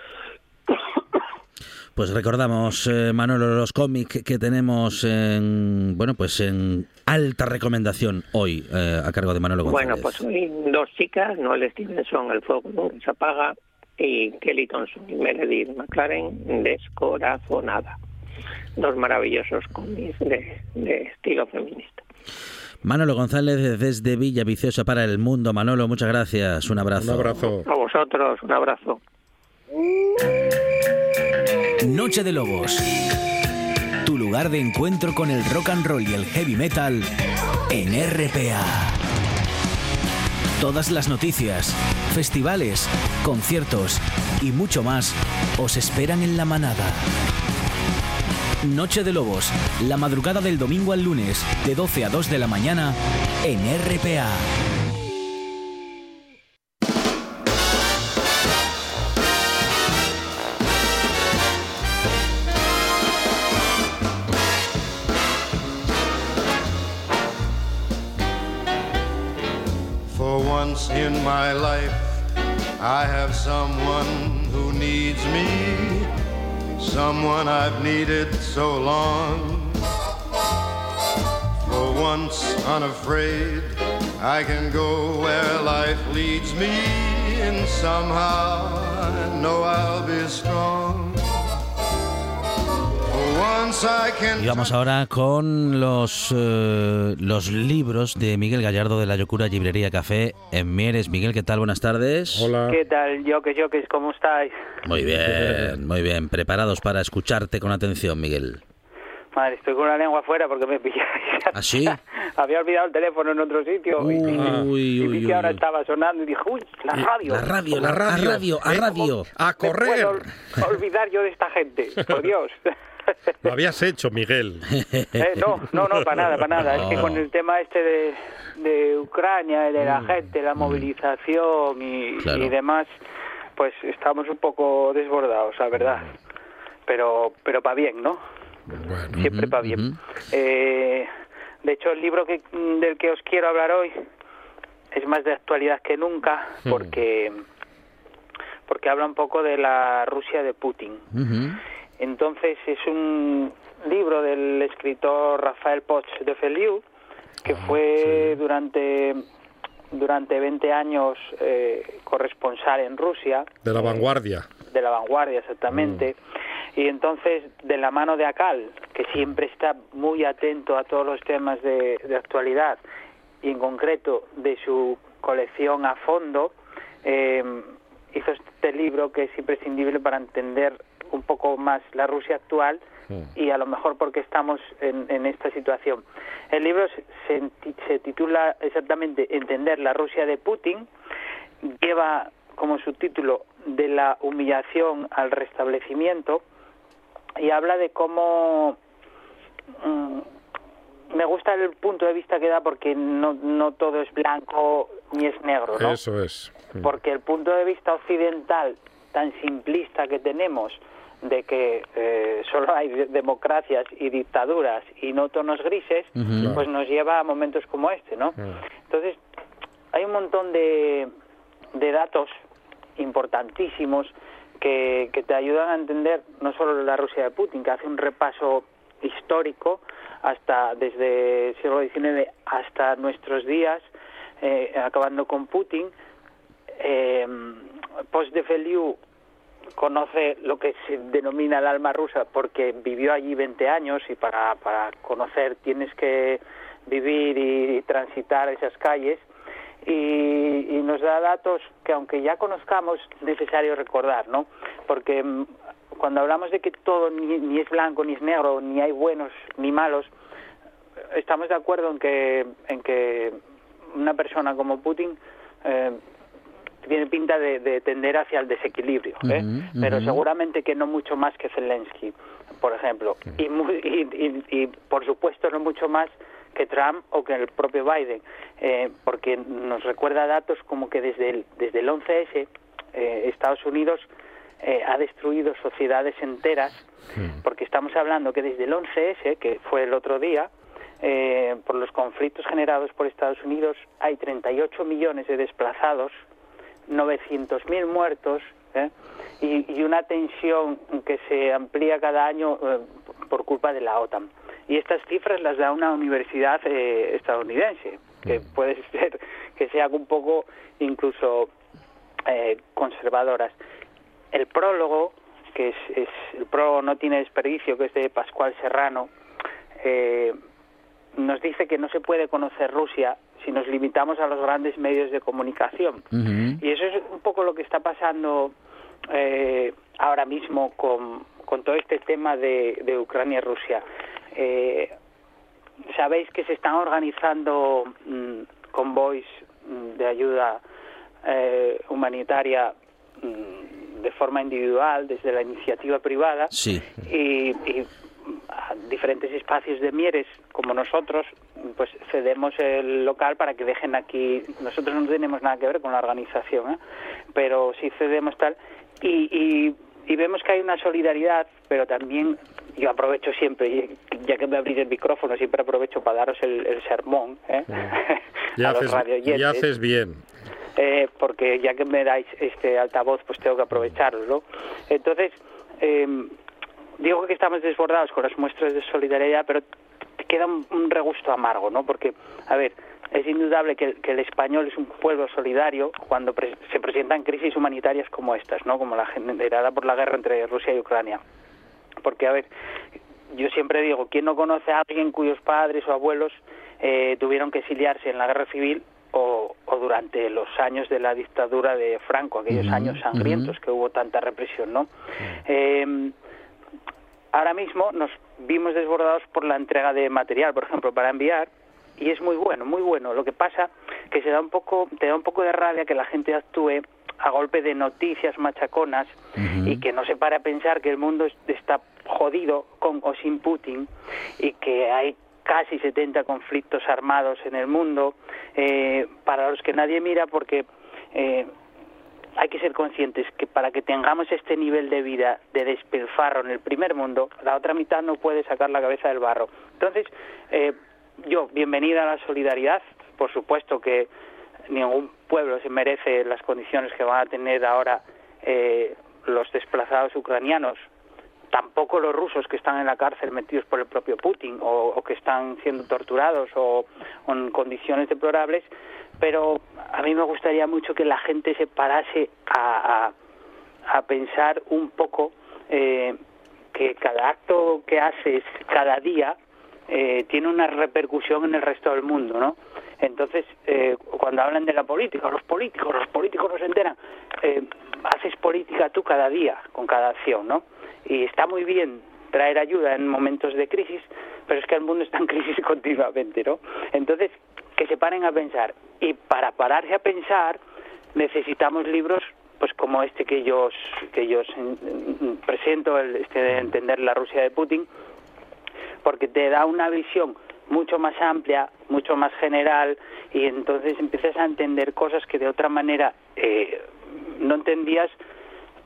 Pues recordamos, Manolo, los cómics que tenemos en alta recomendación hoy, a cargo de Manolo González. Bueno, pues hoy 2 chicas, Noel Stevenson, El fuego nunca se apaga, y Kelly Thompson y Meredith McLaren, Descorazonada. 2 maravillosos cómics de estilo feminista. Manolo González desde Villaviciosa para el mundo. Manolo, muchas gracias. Un abrazo. Un abrazo. A vosotros, un abrazo. Noche de Lobos. Tu lugar de encuentro con el rock and roll y el heavy metal en RPA. Todas las noticias, festivales, conciertos y mucho más os esperan en La Manada. Noche de Lobos, la madrugada del domingo al lunes, de 12 a 2 de la mañana, en RPA. For once in my life, I have someone who needs me. Someone I've needed so long. For once unafraid, I can go where life leads me, and somehow I know I'll be strong. For once I can. Y vamos ahora con los libros de Miguel Gallardo de la Locura Librería Café en Mieres. Miguel, ¿qué tal? Buenas tardes. Hola. ¿Qué tal, Yoques? ¿Cómo estáis? Muy bien, muy bien. Preparados para escucharte con atención, Miguel. Madre, estoy con la lengua afuera porque me pilláis. ¿Ah, sí? Había olvidado el teléfono en otro sitio y vi que ahora estaba sonando y dije, uy, la radio. A radio. A correr. No puedo olvidar yo de esta gente, por Dios. Lo habías hecho, Miguel. No, para nada. Es que con el tema este de Ucrania, de la gente, la movilización y demás, pues estamos un poco desbordados, la verdad. Pero para bien, ¿no? Bueno. Siempre para bien. De hecho, el libro del que os quiero hablar hoy es más de actualidad que nunca, porque habla un poco de la Rusia de Putin. Entonces, es un libro del escritor Rafael Poch de Feliu, que fue durante 20 años corresponsal en Rusia. De La Vanguardia. De La Vanguardia, exactamente. Y entonces, de la mano de Akal, que siempre está muy atento a todos los temas de actualidad, y en concreto de su colección a fondo, hizo este libro que es imprescindible para entender un poco más la Rusia actual y a lo mejor porque estamos en esta situación. El libro se titula exactamente Entender la Rusia de Putin, lleva como subtítulo De la humillación al restablecimiento, y habla de cómo me gusta el punto de vista que da, porque no todo es blanco ni es negro, ¿no? Eso es. Porque el punto de vista occidental tan simplista que tenemos de que solo hay democracias y dictaduras y no tonos grises, pues nos lleva a momentos como este, ¿no? Entonces, hay un montón de datos importantísimos que te ayudan a entender no solo la Rusia de Putin, que hace un repaso histórico hasta desde el siglo XIX hasta nuestros días, acabando con Putin. Post de Feliu conoce lo que se denomina el alma rusa porque vivió allí 20 años y para conocer tienes que vivir y transitar esas calles, y nos da datos que aunque ya conozcamos es necesario recordar, ¿no? Porque cuando hablamos de que todo ni es blanco ni es negro, ni hay buenos ni malos, estamos de acuerdo en que una persona como Putin tiene pinta de tender hacia el desequilibrio, pero seguramente que no mucho más que Zelensky, por ejemplo, y por supuesto no mucho más que Trump o que el propio Biden, porque nos recuerda datos como que desde el 11S Estados Unidos ha destruido sociedades enteras, porque estamos hablando que desde el 11S, que fue el otro día, por los conflictos generados por Estados Unidos, hay 38 millones de desplazados, 900.000 muertos, y una tensión que se amplía cada año por culpa de la OTAN. Y estas cifras las da una universidad estadounidense, que puede ser que sean un poco incluso conservadoras. El prólogo, que es el prólogo No tiene desperdicio, que es de Pascual Serrano, nos dice que no se puede conocer Rusia si nos limitamos a los grandes medios de comunicación. Y eso es un poco lo que está pasando ahora mismo con todo este tema de Ucrania y Rusia. Sabéis que se están organizando convoys de ayuda humanitaria de forma individual, desde la iniciativa privada, y a diferentes espacios de Mieres como nosotros, pues cedemos el local para que dejen aquí. Nosotros no tenemos nada que ver con la organización, pero sí cedemos tal, y vemos que hay una solidaridad, pero también yo aprovecho siempre, ya que me abrís el micrófono, siempre aprovecho para daros el sermón ya haces bien. Porque ya que me dais este altavoz, pues tengo que aprovecharlo, ¿no? Entonces, digo que estamos desbordados con las muestras de solidaridad, pero queda un regusto amargo, ¿no? Porque, a ver, es indudable que el español es un pueblo solidario cuando se presentan crisis humanitarias como estas, ¿no? Como la generada por la guerra entre Rusia y Ucrania. Porque, a ver, yo siempre digo, ¿quién no conoce a alguien cuyos padres o abuelos tuvieron que exiliarse en la guerra civil o durante los años de la dictadura de Franco, aquellos años sangrientos que hubo tanta represión, ¿no? Ahora mismo nos vimos desbordados por la entrega de material, por ejemplo, para enviar, y es muy bueno, muy bueno. Lo que pasa que te da un poco de rabia que la gente actúe a golpe de noticias machaconas y que no se pare a pensar que el mundo está jodido con o sin Putin y que hay casi 70 conflictos armados en el mundo, para los que nadie mira, porque hay que ser conscientes que para que tengamos este nivel de vida de despilfarro en el primer mundo, la otra mitad no puede sacar la cabeza del barro. Entonces, bienvenida a la solidaridad. Por supuesto que ningún pueblo se merece las condiciones que van a tener ahora los desplazados ucranianos, tampoco los rusos que están en la cárcel metidos por el propio Putin o que están siendo torturados o en condiciones deplorables, pero a mí me gustaría mucho que la gente se parase a pensar un poco que cada acto que haces cada día tiene una repercusión en el resto del mundo, ¿no? Entonces, cuando hablan de la política, los políticos no se enteran. Haces política tú cada día, con cada acción, ¿no? Y está muy bien traer ayuda en momentos de crisis, pero es que el mundo está en crisis continuamente, ¿no? Entonces, que se paren a pensar. Y para pararse a pensar, necesitamos libros pues como este que yo os presento, de Entender la Rusia de Putin, porque te da una visión mucho más amplia, mucho más general, y entonces empiezas a entender cosas que de otra manera no entendías,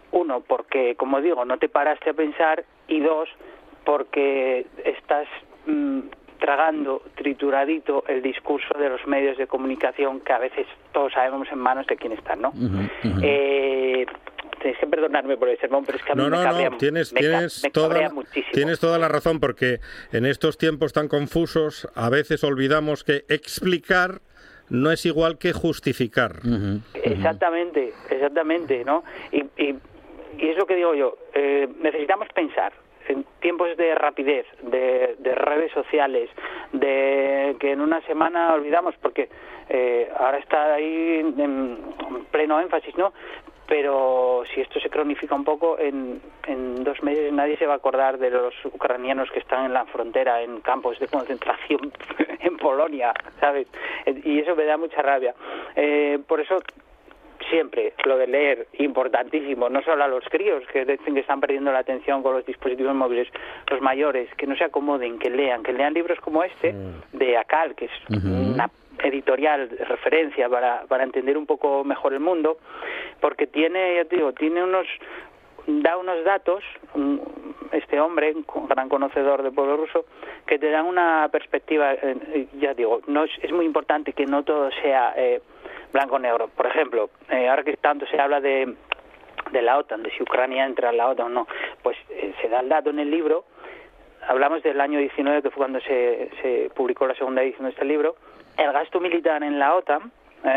uno, porque, como digo, no te paraste a pensar, y dos, porque estás tragando trituradito el discurso de los medios de comunicación, que a veces todos sabemos en manos de quién están, ¿no? Tenéis que perdonarme por el sermón, pero es que a mí me cabrea muchísimo. Tienes toda la razón, porque en estos tiempos tan confusos a veces olvidamos que explicar no es igual que justificar. Exactamente, ¿no? Y es lo que digo yo, necesitamos pensar. En tiempos de rapidez, de redes sociales, de que en una semana olvidamos, porque ahora está ahí en pleno énfasis, ¿no? Pero si esto se cronifica un poco, en 2 meses nadie se va a acordar de los ucranianos que están en la frontera, en campos de concentración en Polonia, ¿sabes? Y eso me da mucha rabia. Por eso siempre lo de leer, importantísimo, no solo a los críos que dicen que están perdiendo la atención con los dispositivos móviles, los mayores, que no se acomoden, que lean libros como este de Akal, que es una editorial de referencia para entender un poco mejor el mundo, porque tiene, ya te digo, da unos datos, este hombre, un gran conocedor del pueblo ruso, que te dan una perspectiva, ya digo, es muy importante que no todo sea blanco-negro. Por ejemplo, ahora que tanto se habla de la OTAN, de si Ucrania entra en la OTAN o no, pues se da el dato en el libro. Hablamos del año 19, que fue cuando se publicó la segunda edición de este libro. El gasto militar en la OTAN,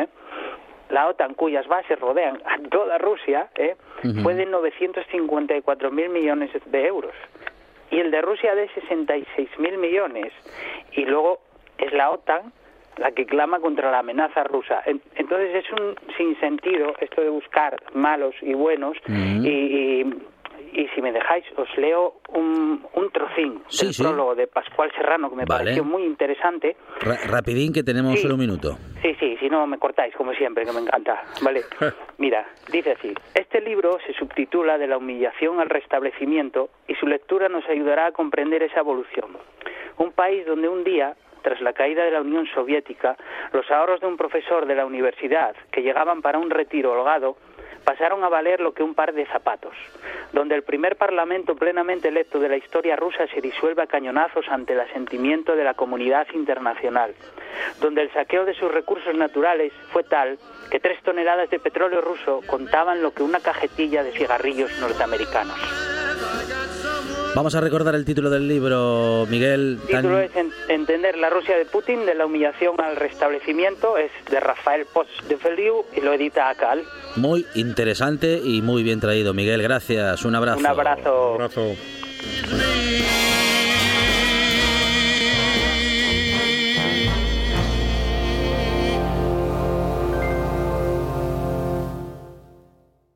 cuyas bases rodean a toda Rusia, fue de 954.000 millones de euros. Y el de Rusia de 66.000 millones. Y luego es la OTAN la que clama contra la amenaza rusa. Entonces es un sinsentido esto de buscar malos y buenos, y si me dejáis os leo un trocín del prólogo de Pascual Serrano, que me pareció muy interesante. Rapidín, que tenemos solo un minuto. Sí, si no me cortáis, como siempre, que me encanta. Vale, mira, dice así: este libro se subtitula De la humillación al restablecimiento, y su lectura nos ayudará a comprender esa evolución. Un país donde un día, tras la caída de la Unión Soviética, los ahorros de un profesor de la universidad que llegaban para un retiro holgado pasaron a valer lo que un par de zapatos, donde el primer parlamento plenamente electo de la historia rusa se disuelve a cañonazos ante el asentimiento de la comunidad internacional, donde el saqueo de sus recursos naturales fue tal que 3 toneladas de petróleo ruso contaban lo que una cajetilla de cigarrillos norteamericanos. Vamos a recordar el título del libro, Miguel. El título es Entender la Rusia de Putin, de la humillación al restablecimiento. Es de Rafael Poch de Feliu y lo edita Akal. Muy interesante y muy bien traído, Miguel. Gracias. Un abrazo. Un abrazo. Un abrazo.